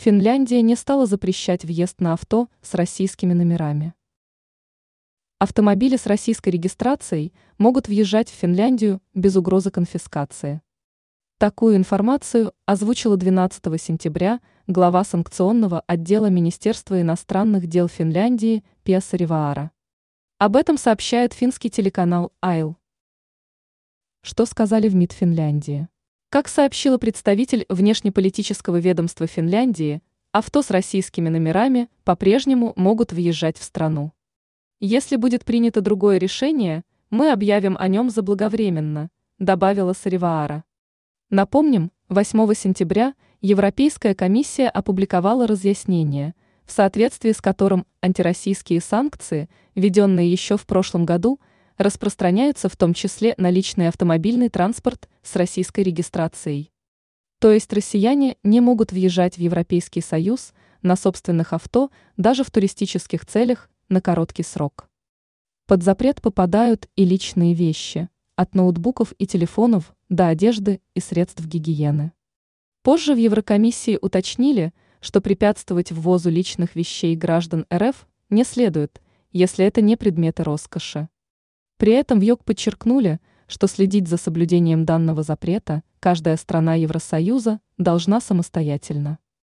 Финляндия не стала запрещать въезд на авто с российскими номерами. Автомобили с российской регистрацией могут въезжать в Финляндию без угрозы конфискации. Такую информацию озвучила 12 сентября глава санкционного отдела Министерства иностранных дел Финляндии Пиа Сариваара. Об этом сообщает финский телеканал Айл. Что сказали в МИД Финляндии? Как сообщила представитель внешнеполитического ведомства Финляндии, авто с российскими номерами по-прежнему могут въезжать в страну. Если будет принято другое решение, мы объявим о нем заблаговременно, добавила Сариваара. Напомним, 8 сентября Европейская комиссия опубликовала разъяснение, в соответствии с которым антироссийские санкции, введенные еще в прошлом году, распространяются в том числе на личный автомобильный транспорт с российской регистрацией. То есть россияне не могут въезжать в Европейский Союз на собственных авто даже в туристических целях на короткий срок. Под запрет попадают и личные вещи, от ноутбуков и телефонов до одежды и средств гигиены. Позже в Еврокомиссии уточнили, что препятствовать ввозу личных вещей граждан РФ не следует, если это не предметы роскоши. При этом в ЙОК подчеркнули, что следить за соблюдением данного запрета каждая страна Евросоюза должна самостоятельно.